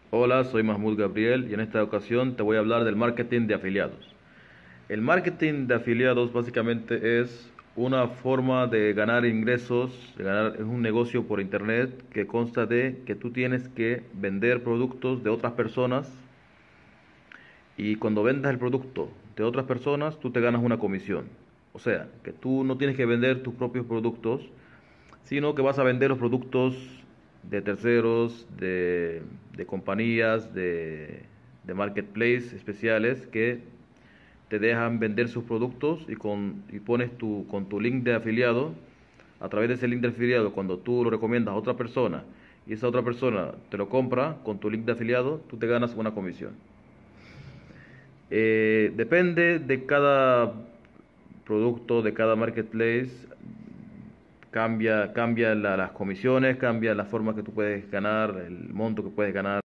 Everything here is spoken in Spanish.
Hola, soy Mahmoud Gabriel y en esta ocasión te voy a hablar del marketing de afiliados. El marketing de afiliados básicamente es una forma de ganar ingresos, es un negocio por internet que consta de que tú tienes que vender productos de otras personas y cuando vendas el producto de otras personas tú te ganas una comisión. O sea, que tú no tienes que vender tus propios productos, sino que vas a vender los productos de terceros, de compañías, de marketplace especiales que te dejan vender sus productos y pones con tu link de afiliado. A través de ese link de afiliado, cuando tú lo recomiendas a otra persona y esa otra persona te lo compra con tu link de afiliado, tú te ganas una comisión. Depende de cada producto, de cada marketplace, cambia las comisiones, cambia la forma que tú puedes ganar, el monto que puedes ganar.